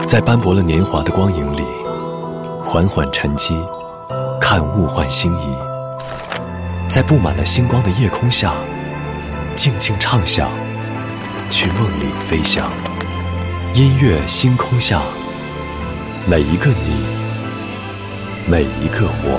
在斑驳了年华的光影里，缓缓沉积，看物换星移。在布满了星光的夜空下，静静畅想，去梦里飞翔。音乐星空下，每一个你，每一个我。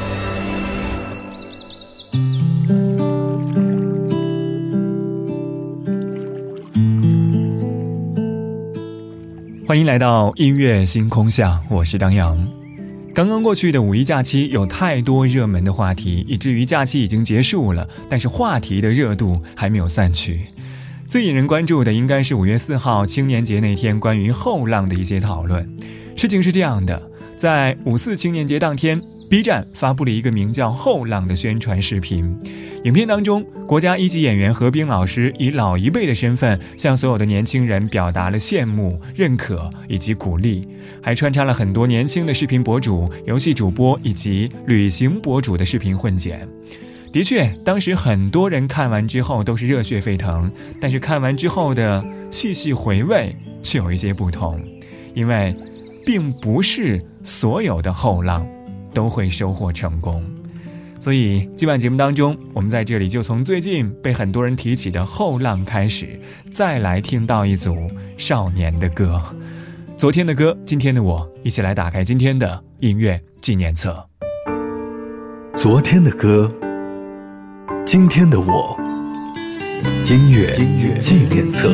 欢迎来到音乐星空下，我是张扬。刚刚过去的五一假期有太多热门的话题，以至于假期已经结束了，但是话题的热度还没有散去。最引人关注的应该是5月4号青年节那天关于后浪的一些讨论。事情是这样的，在5·4青年节当天， B 站发布了一个名叫《后浪》的宣传视频。影片当中，国家1级演员何冰老师以老一辈的身份向所有的年轻人表达了羡慕、认可以及鼓励，还穿插了很多年轻的视频博主、游戏主播以及旅行博主的视频混剪。的确，当时很多人看完之后都是热血沸腾，但是看完之后的细细回味却有一些不同，因为并不是所有的后浪都会收获成功。所以今晚节目当中，我们在这里就从最近被很多人提起的后浪开始，再来听到一组少年的歌。昨天的歌，今天的我，一起来打开今天的音乐纪念册。 昨天的歌，今天的我，音乐纪念册。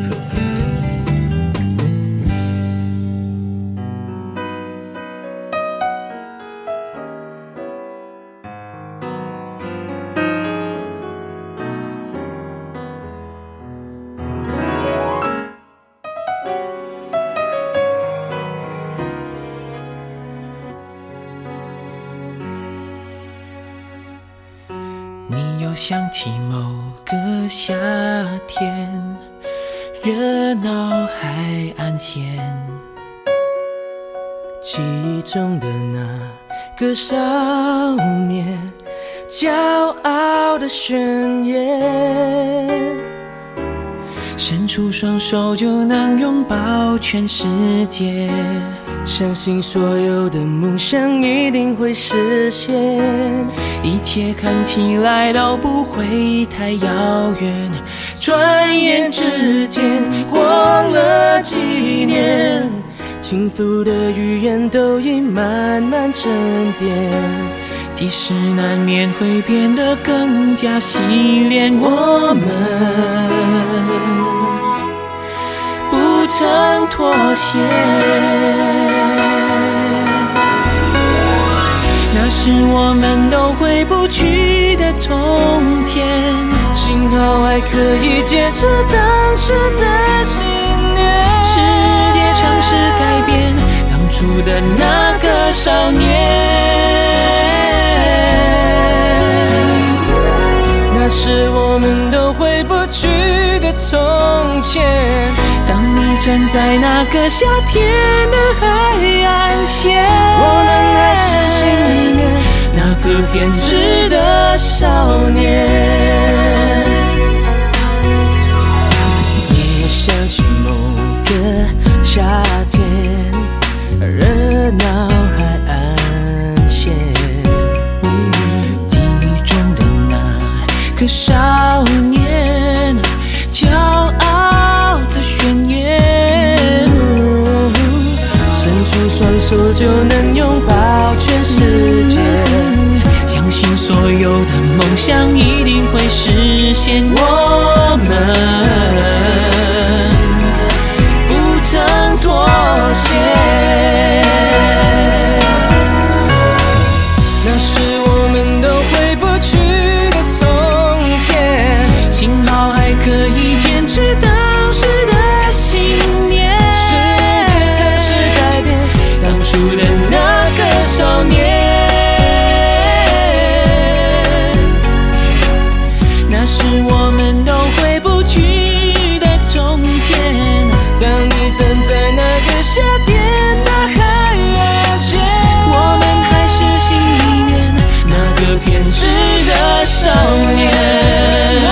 你又想起某个夏天，热闹海岸线，记忆中的那个少年，骄傲的宣言，伸出双手就能拥抱全世界，相信所有的梦想一定会实现，一切看起来都不会太遥远，转眼之间过了几年，轻浮的语言都已慢慢沉淀，即使难免会变得更加洗练，我们不曾妥协，那是我们都回不去的从前，幸好还可以坚持当时的信念，世界尝试改变当初的那个少年，那是我们都回不去的从前，当你站在那个夏天的海岸线，我们还是心里面那个偏执的少年。你想起某个夏天，热闹海岸线，记忆中的那个少年，骄傲的宣言，伸出双手就能拥抱全世界，相信所有的梦想一定会实现，我们不曾妥协，那是我们都回不去的从前，幸好还可以坚持当时的信念，世界尝试改变当初的那个少年，那是我们都回不去的从前，当你站在那个夏天的海岸线，我们还是心里面那个偏执的少年，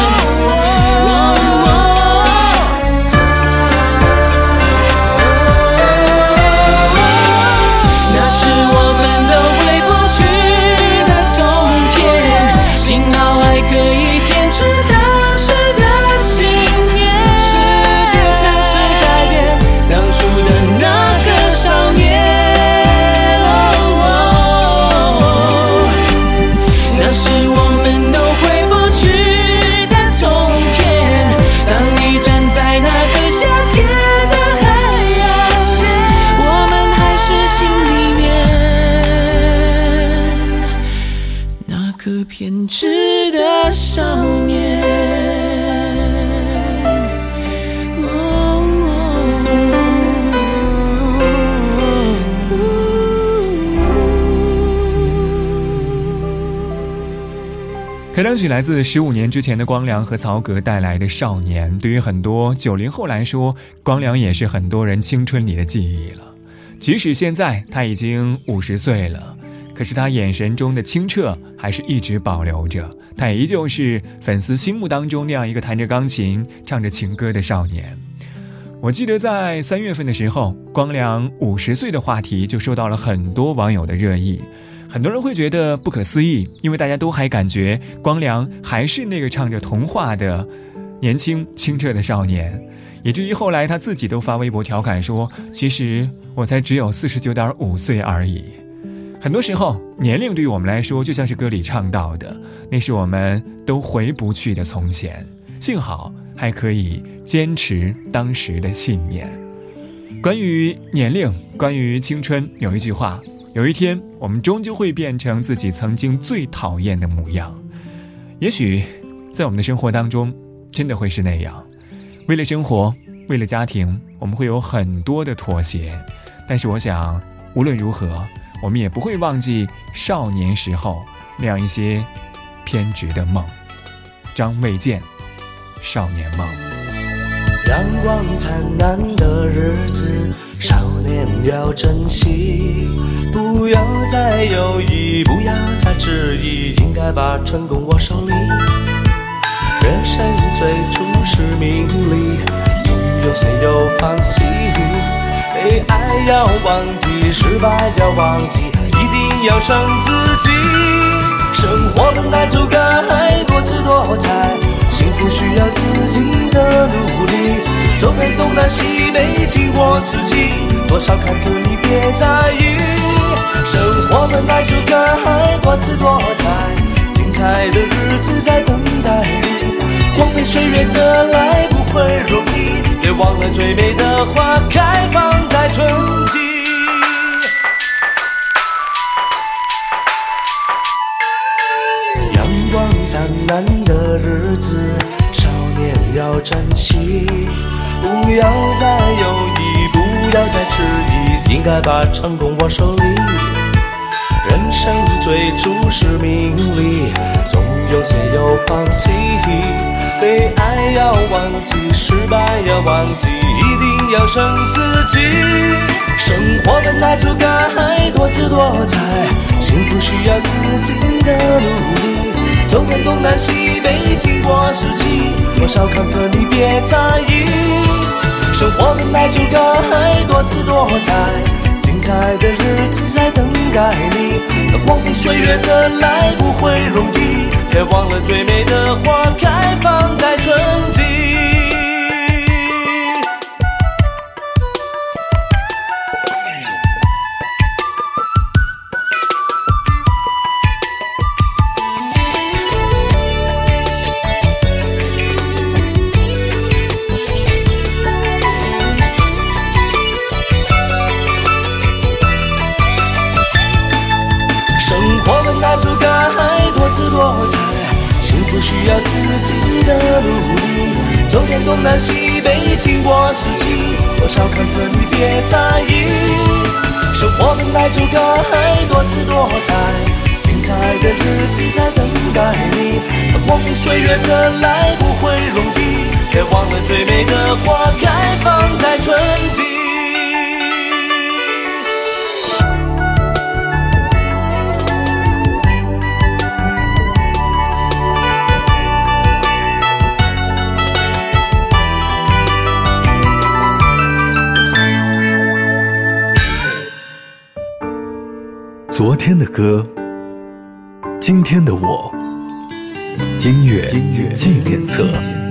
开场曲来自15年之前的光良和曹格带来的《少年》，对于很多90后来说，光良也是很多人青春里的记忆了。即使现在他已经50岁了，可是他眼神中的清澈还是一直保留着，他也依旧是粉丝心目当中那样一个弹着钢琴唱着情歌的少年。我记得在3月份的时候，光良50岁的话题就受到了很多网友的热议。很多人会觉得不可思议，因为大家都还感觉光良还是那个唱着童话的年轻清澈的少年，以至于后来他自己都发微博调侃说，其实我才只有49.5岁而已。很多时候年龄对于我们来说就像是歌里唱到的，那是我们都回不去的从前，幸好还可以坚持当时的信念。关于年龄，关于青春，有一句话，有一天我们终究会变成自己曾经最讨厌的模样。也许在我们的生活当中真的会是那样，为了生活，为了家庭，我们会有很多的妥协，但是我想无论如何，我们也不会忘记少年时候那样一些偏执的梦。张卫健，少年梦。 阳光灿烂的日子，少年要珍惜，不要再犹豫，不要再迟疑，应该把成功握手里。人生最初是名利，总有些有放弃，被爱要忘记，失败要忘记，一定要胜自己。生活本来就该多姿多彩，幸福需要自己的努力，走遍东南西北，经过四季，多少坎坷你别在意。生活本来就该多姿多彩，精彩的日子在等待你，光辉岁月的来不会容易，别忘了最美的花开放在春季。阳光灿烂的日子，少年要珍惜，不要再犹豫，不要再迟疑，应该把成功握手里。人生最初是名利，总有些有放弃，被爱要忘记，失败要忘记，一定要胜自己。生活本来就该多姿多彩，幸福需要自己的努力，走遍东南西北，经过四季，多少坎坷你别在意。生活本来就该多姿多彩，精彩的日子在等待你，那光辉岁月的来不会容易，别忘了最美的花开放在春季。需要自己的努力，走遍东南西北，经过四季，多少坎坷你别在意。生活本来就该多姿多彩，精彩的日子在等待你，光辉岁月的来不会容易，别忘了最美的花开放在春季。 昨天的歌，今天的我，音乐纪念册。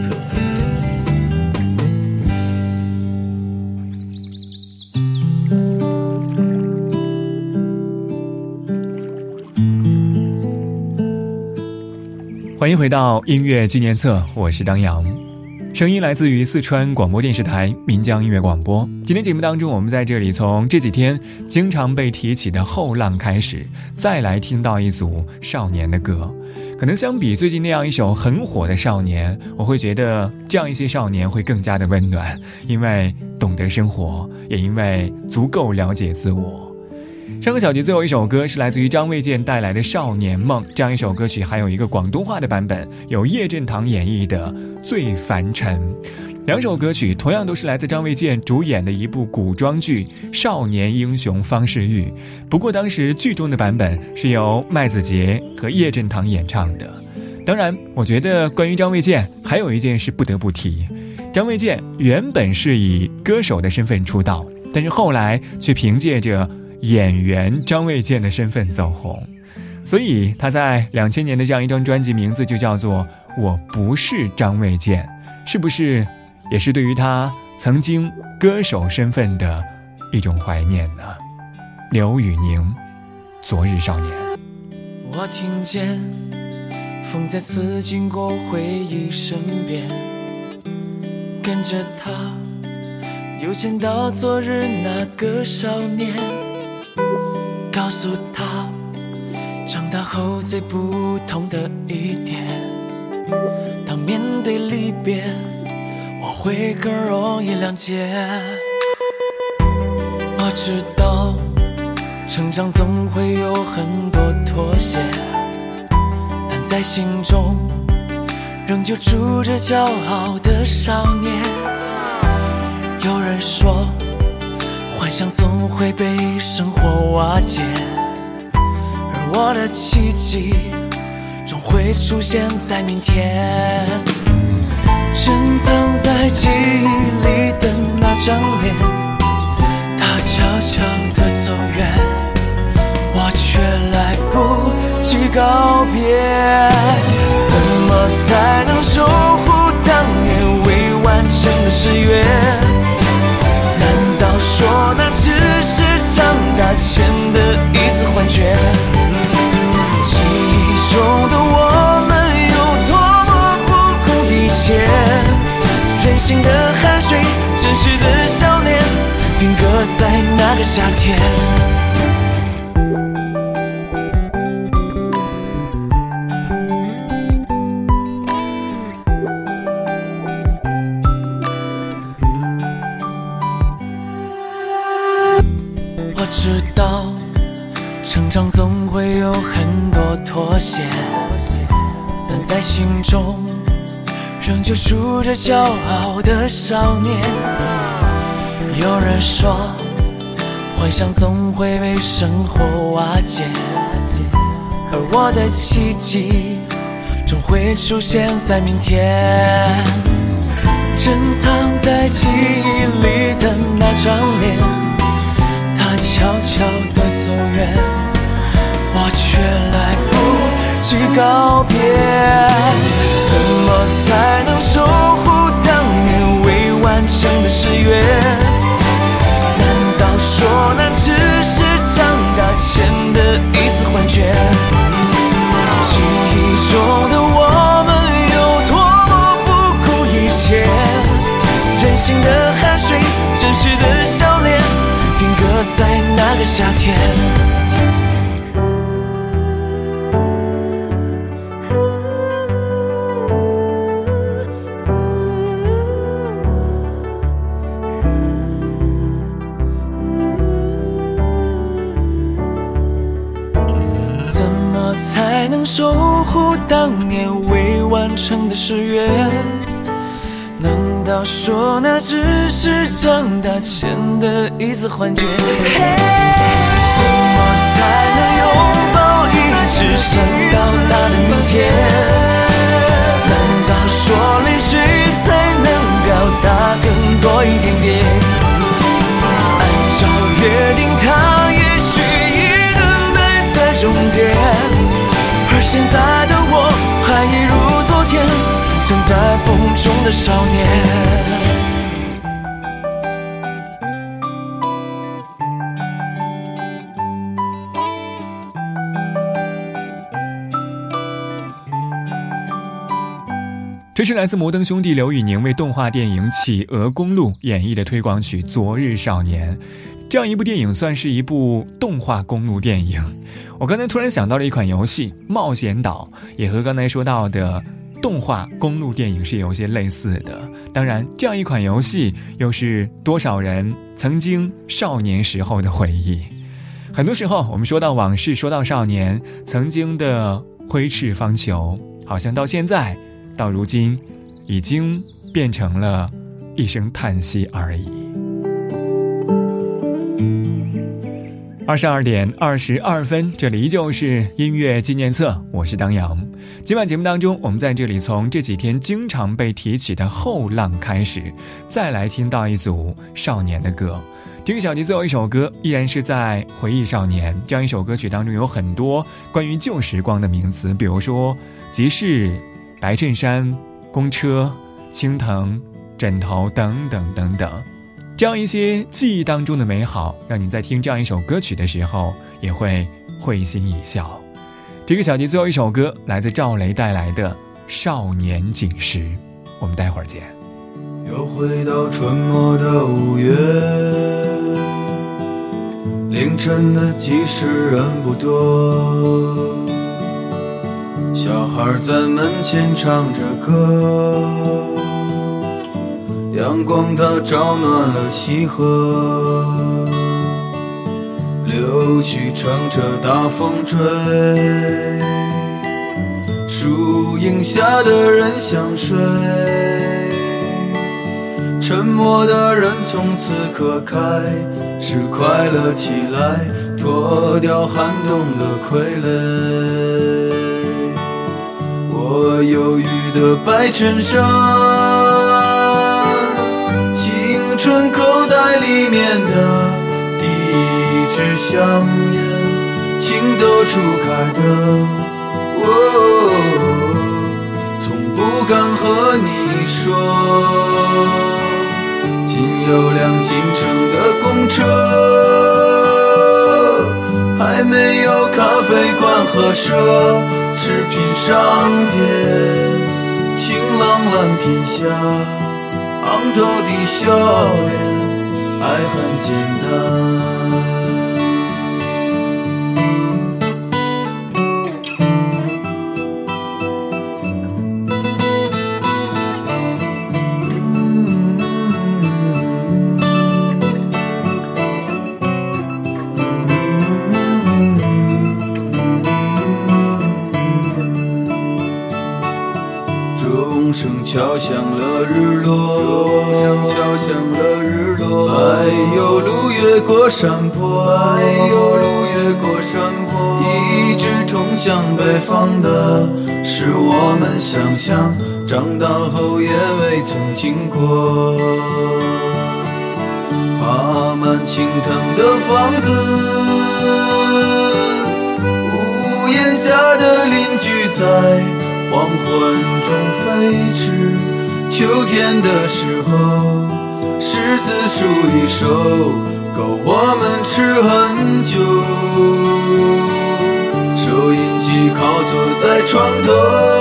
欢迎回到音乐纪念册，我是张扬。声音来自于四川广播电视台岷江音乐广播。今天节目当中，我们在这里从这几天经常被提起的后浪开始，再来听到一组少年的歌。可能相比最近那样一首很火的少年，我会觉得这样一些少年会更加的温暖，因为懂得生活，也因为足够了解自我。 上个小节最后一首歌是来自于张卫健带来的《少年梦》，这样一首歌曲还有一个广东话的版本，由叶振棠演绎的《醉凡尘》。两首歌曲同样都是来自张卫健主演的一部古装剧《少年英雄方世玉》，不过当时剧中的版本是由麦子杰和叶振棠演唱的。当然，我觉得关于张卫健还有一件事不得不提，张卫健原本是以歌手的身份出道，但是后来却凭借着演员张卫健的身份走红，所以他在2000年的这样一张专辑名字就叫做《我不是张卫健》，是不是也是对于他曾经歌手身份的一种怀念呢？刘宇宁，昨日少年。 我听见风再次经过回忆身边，跟着他又见到昨日那个少年，告诉他长大后最不同的一点，当面对离别我会更容易谅解。我知道成长总会有很多妥协，但在心中仍旧住着骄傲的少年。有人说幻想总会被生活瓦解，而我的奇迹总会出现在明天。珍藏在记忆里的那张脸，他悄悄地走远，我却来不及告别。怎么才能守护当年未完成的誓约？难道说那只是长大前的一丝幻觉？记忆中的我们有多么不顾一切，任性的汗水，真实的笑脸，定格在那个夏天。我知道成长总会有很多妥协，但在心中仍旧住着骄傲的少年。有人说幻想总会被生活瓦解，而我的奇迹总会出现在明天。珍藏在记忆里的那张脸，他悄悄地走远，我却来不及告别。怎么才能守护当年未完成的誓约？难道说那只是长大前的一丝幻觉？记忆中的我们有多么不顾一切，任性的汗水，真实的笑脸，定格在那个夏天。才能守护当年未完成的誓约？难道说那只是长大前的一丝幻觉？怎么才能拥抱一直想到达的明天？难道说泪水才能表达更多一点点？按照约定，他也许已等待在终点，而现在的我还一如昨天，站在风中的少年。 这是来自摩登兄弟刘宇宁为动画电影《企鹅公路》演绎的推广曲《昨日少年》。这样一部电影算是一部动画公路电影。我刚才突然想到了一款游戏《冒险岛》，也和刚才说到的动画公路电影是有些类似的。当然，这样一款游戏又是多少人曾经少年时候的回忆。 很多时候我们说到往事，说到少年曾经的挥斥方遒，好像到现在到如今已经变成了一声叹息而已。22点22分，这里依旧是音乐纪念册，我是当阳。今晚节目当中，我们在这里从这几天经常被提起的后浪开始，再来听到一组少年的歌。这个小节最后一首歌依然是在回忆少年，这样一首歌曲当中有很多关于旧时光的名词，比如说集市、白衬衫、公车、青藤、枕头等等等等，这样一些记忆当中的美好，让你在听这样一首歌曲的时候也会会心一笑。这个小节最后一首歌来自赵雷带来的《少年锦时》，我们待会儿见。 又回到春末的5月，凌晨的集市人不多，小孩在门前唱着歌，阳光它照暖了溪河，柳絮乘着大风追，树荫下的人想睡，沉默的人从此刻开始快乐起来，脱掉寒冬的傀儡。我忧郁的白衬衫，青春口袋里面的第一支香烟，情窦初开的从不敢和你说。仅有辆进城的公车，还没有咖啡馆和奢侈品商店，晴朗蓝天下，昂头的笑脸，爱很简单。敲响了日落，哎呦路越过山坡，一直通向北方的是我们想象，长大后也未曾经过。爬满青藤的房子，屋檐下的邻居在黄昏中飞驰，秋天的时候，柿子树一熟，够我们吃很久。收音机靠坐在床头，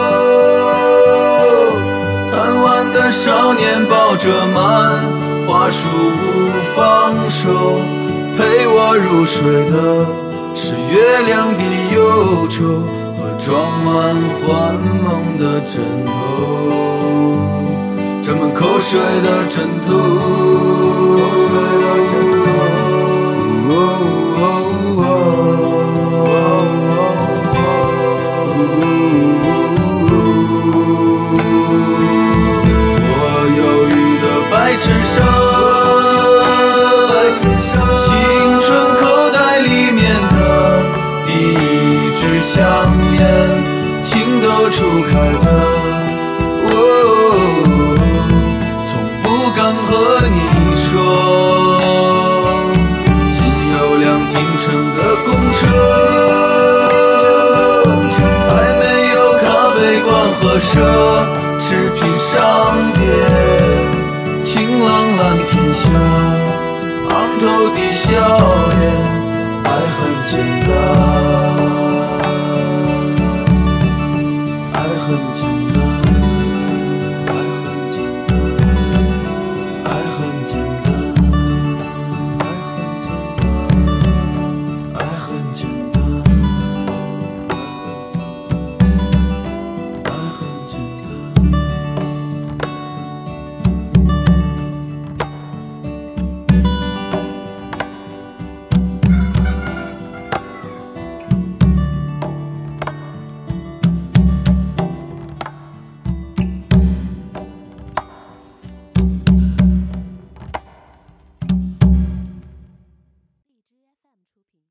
贪玩的少年抱着满花束不放手，陪我入睡的是月亮的忧愁，装满幻梦的枕头，沾满口水的枕头，我忧郁的白衬衫，青春口袋里面的第一支香烟，情窦初开的从不敢和你说。仅有辆进城的公车，还没有咖啡馆和奢侈品商店，晴朗蓝天下，昂头的笑脸，爱很简单。很简单，爱很简单，爱很简单，爱很简单，爱很简单。 出品。